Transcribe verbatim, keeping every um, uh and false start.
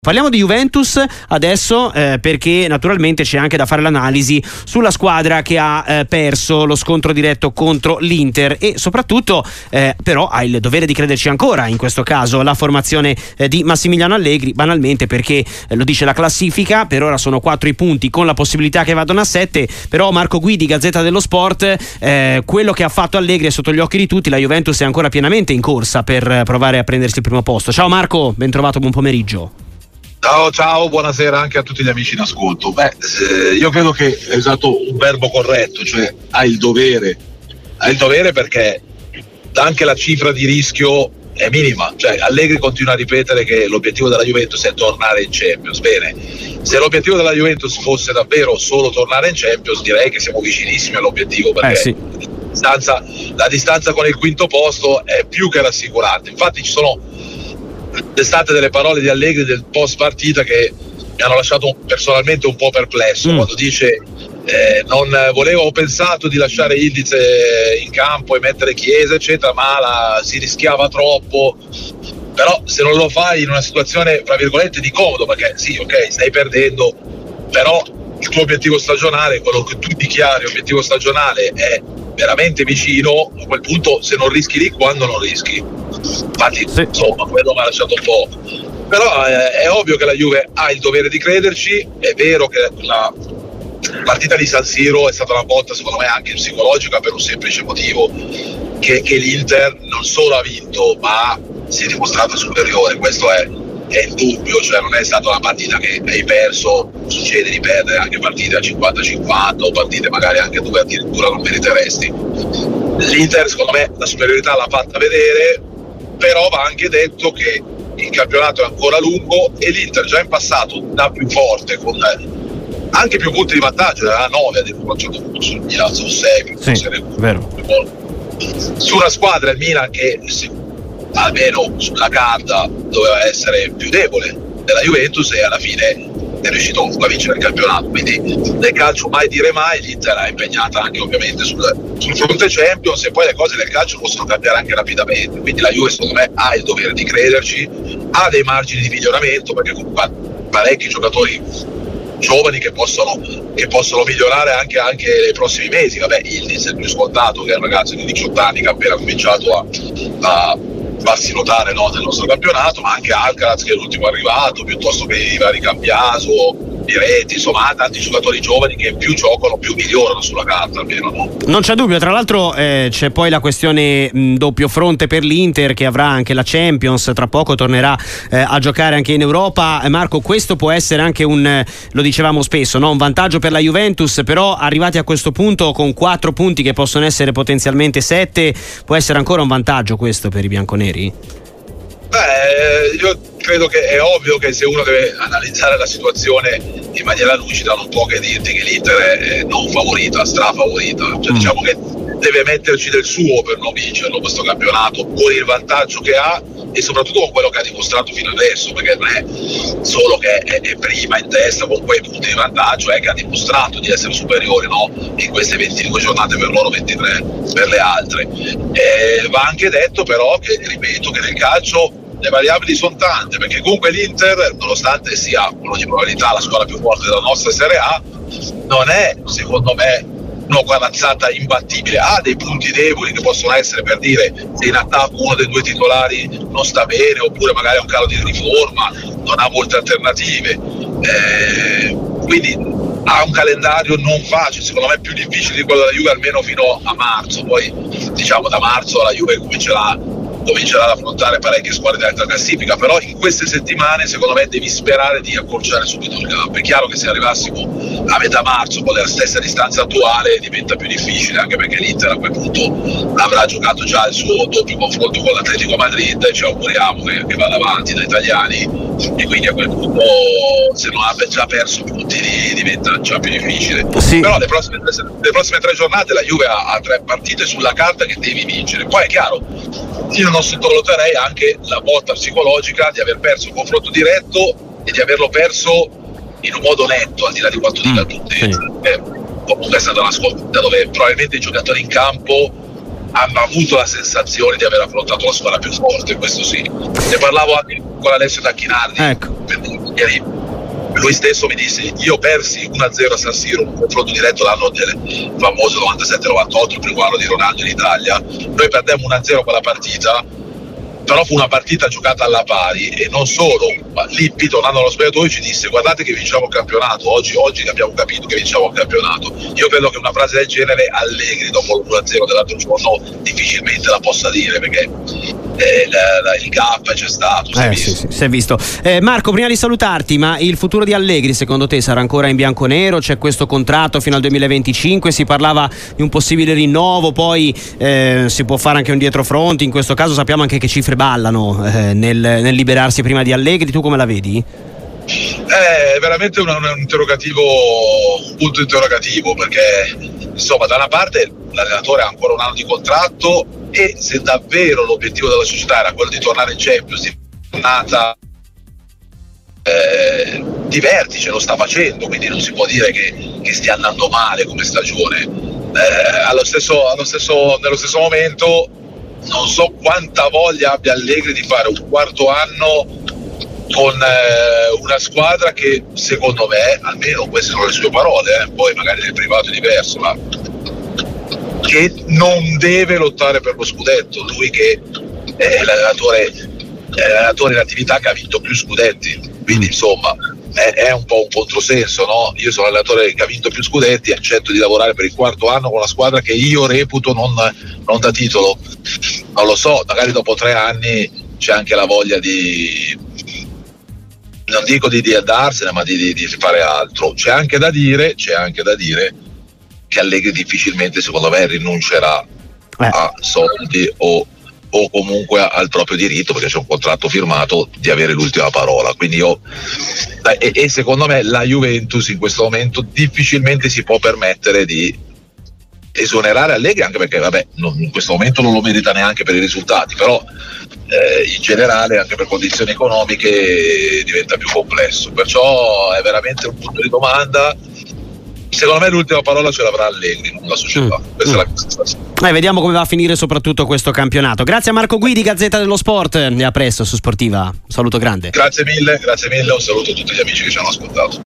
Parliamo di Juventus adesso eh, perché naturalmente c'è anche da fare l'analisi sulla squadra che ha eh, perso lo scontro diretto contro l'Inter e soprattutto eh, però ha il dovere di crederci ancora in questo caso la formazione eh, di Massimiliano Allegri, banalmente perché eh, lo dice la classifica, per ora sono quattro i punti con la possibilità che vadano a sette, però Marco Guidi, Gazzetta dello Sport, eh, quello che ha fatto Allegri è sotto gli occhi di tutti, la Juventus è ancora pienamente in corsa per provare a prendersi il primo posto. Ciao Marco, ben trovato, buon pomeriggio. Ciao, ciao, buonasera anche a tutti gli amici in ascolto. Beh, eh, io credo che è usato un verbo corretto, cioè hai il dovere, hai il dovere perché anche la cifra di rischio è minima, cioè Allegri continua a ripetere che l'obiettivo della Juventus è tornare in Champions. Bene, se l'obiettivo della Juventus fosse davvero solo tornare in Champions, direi che siamo vicinissimi all'obiettivo, perché eh sì. la, distanza, la distanza con il quinto posto è più che rassicurante. Infatti ci sono d'estate delle parole di Allegri del post partita che mi hanno lasciato personalmente un po' perplesso, mm. quando dice eh, non volevo, ho pensato di lasciare Ildiz in campo e mettere Chiesa eccetera, ma la, si rischiava troppo. Però se non lo fai in una situazione tra virgolette di comodo, perché sì, ok, stai perdendo, però il tuo obiettivo stagionale, quello che tu dichiari obiettivo stagionale, è veramente vicino, a quel punto se non rischi lì, quando non rischi? Infatti sì. Insomma, quello mi ha lasciato un po', però eh, è ovvio che la Juve ha il dovere di crederci. È vero che la partita di San Siro è stata una botta secondo me anche psicologica, per un semplice motivo, che, che l'Inter non solo ha vinto ma si è dimostrata superiore. Questo è, è indubbio, cioè non è stata una partita che hai perso, succede di perdere anche partite a cinquanta cinquanta o partite magari anche dove addirittura non meriteresti. L'Inter secondo me la superiorità l'ha fatta vedere, però va anche detto che il campionato è ancora lungo e l'Inter già in passato da più forte, con anche più punti di vantaggio, era nove addirittura a un certo punto sul Milan, su sei, sì, vero. Su una squadra, il Milan, che almeno sulla carta doveva essere più debole della Juventus, e alla fine è riuscito comunque a vincere il campionato. Quindi nel calcio mai dire mai, l'Inter è impegnata anche ovviamente sul, sul fronte Champions, e poi le cose nel calcio possono cambiare anche rapidamente, quindi la Juve secondo me ha il dovere di crederci, ha dei margini di miglioramento, perché comunque ha parecchi giocatori giovani che possono, che possono migliorare anche, anche nei prossimi mesi. Vabbè, Ildiz è il più scontato, che è un ragazzo di diciotto anni che ha appena cominciato a, a farsi notare, no, nel nostro campionato, ma anche Alcaraz, che è l'ultimo arrivato, piuttosto che i vari Cambiaso, Miretti, insomma tanti giocatori giovani che più giocano più migliorano sulla carta, almeno, no? Non c'è dubbio. Tra l'altro eh, c'è poi la questione mh, doppio fronte per l'Inter, che avrà anche la Champions, tra poco tornerà eh, a giocare anche in Europa. eh, Marco, questo può essere anche un, eh, lo dicevamo spesso, no? Un vantaggio per la Juventus, però arrivati a questo punto con quattro punti che possono essere potenzialmente sette, può essere ancora un vantaggio questo per i bianconeri? Beh, io credo che è ovvio che se uno deve analizzare la situazione in maniera lucida non può che dirti che l'Inter è non favorita, strafavorita, cioè, mm. diciamo che deve metterci del suo per non vincerlo questo campionato, con il vantaggio che ha e soprattutto con quello che ha dimostrato fino adesso, perché non è solo che è, è prima in testa con quei punti di vantaggio, è che ha dimostrato di essere superiore, no? In queste ventidue giornate per loro, ventitré per le altre. E va anche detto però che, ripeto, che nel calcio le variabili sono tante, perché comunque l'Inter, nonostante sia con ogni probabilità la squadra più forte della nostra Serie A, non è secondo me una corazzata imbattibile, ha dei punti deboli che possono essere, per dire, se in attacco uno dei due titolari non sta bene, oppure magari ha un calo di riforma, non ha molte alternative, eh, quindi ha un calendario non facile, secondo me più difficile di quello della Juve, almeno fino a marzo. Poi diciamo da marzo la Juve comincerà comincerà ad affrontare parecchie squadre di alta classifica, però in queste settimane secondo me devi sperare di accorciare subito il gap. È chiaro che se arrivassimo a metà marzo con la stessa distanza attuale diventa più difficile, anche perché l'Inter a quel punto avrà giocato già il suo doppio confronto con l'Atletico Madrid e ci auguriamo che, che vada avanti da italiani, e quindi a quel punto se non abbia già perso punti diventa già più difficile. Sì. Però le prossime, le prossime tre giornate la Juve ha, ha tre partite sulla carta che devi vincere. Poi è chiaro, io non sottovaluterei anche la botta psicologica di aver perso il confronto diretto e di averlo perso in un modo netto, al di là di quanto dica tutti. Sì. Eh, comunque è stata una sconfitta dove probabilmente i giocatori in campo hanno avuto la sensazione di aver affrontato la squadra più forte, questo sì. Ne parlavo anche con Alessio Tacchinardi, ecco. per ieri lui stesso mi disse: io persi uno a zero a San Siro, un confronto diretto l'anno del famoso novantasette novantotto, il primo anno di Ronaldo in Italia. Noi perdemmo uno a zero quella partita, però fu una partita giocata alla pari, e non solo, ma Lippi, tornando allo spogliatoio, ci disse: guardate che vinciamo il campionato, oggi, oggi abbiamo capito che vinciamo il campionato. Io credo che una frase del genere Allegri dopo l'uno a zero dell'altro giorno difficilmente la possa dire, perché eh, la, la, il gap c'è stato, si è eh, visto. Sì, sì, si è visto. Eh, Marco, prima di salutarti, ma il futuro di Allegri secondo te sarà ancora in bianco-nero? C'è questo contratto fino al duemilaventicinque, si parlava di un possibile rinnovo, poi eh, si può fare anche un dietrofront, in questo caso sappiamo anche che cifre ballano eh, nel, nel liberarsi prima di Allegri. Tu come la vedi? È veramente un, un interrogativo, un punto interrogativo, perché insomma da una parte l'allenatore ha ancora un anno di contratto, e se davvero l'obiettivo della società era quello di tornare in Champions, di tornata eh, di vertice, lo sta facendo, quindi non si può dire che, che stia andando male come stagione. Eh, allo stesso, allo stesso, nello stesso momento non so quanta voglia abbia Allegri di fare un quarto anno con eh, una squadra che secondo me, almeno queste sono le sue parole, eh, poi magari nel privato è diverso, ma che non deve lottare per lo scudetto, lui che è l'allenatore, è l'allenatore in attività che ha vinto più scudetti, quindi insomma è, è un po' un controsenso, no? Io sono l'allenatore che ha vinto più scudetti e accetto di lavorare per il quarto anno con una squadra che io reputo non, non da titolo. Non lo so, magari dopo tre anni c'è anche la voglia di, non dico di, di andarsene, ma di, di, di fare altro. C'è anche da dire, c'è anche da dire che Allegri difficilmente, secondo me, rinuncerà eh. a soldi o, o comunque al proprio diritto, perché c'è un contratto firmato, di avere l'ultima parola. Quindi io e, e secondo me la Juventus in questo momento difficilmente si può permettere di esonerare Allegri, anche perché vabbè, non, in questo momento non lo merita neanche per i risultati, però eh, in generale anche per condizioni economiche diventa più complesso, perciò è veramente un punto di domanda. Secondo me l'ultima parola ce l'avrà Allegri, non la società. Mm. Questa mm. è la sensazione. Eh, vediamo come va a finire soprattutto questo campionato. Grazie a Marco Guidi, Gazzetta dello Sport, e a presto su Sportiva. Un saluto grande. Grazie mille, grazie mille, un saluto a tutti gli amici che ci hanno ascoltato.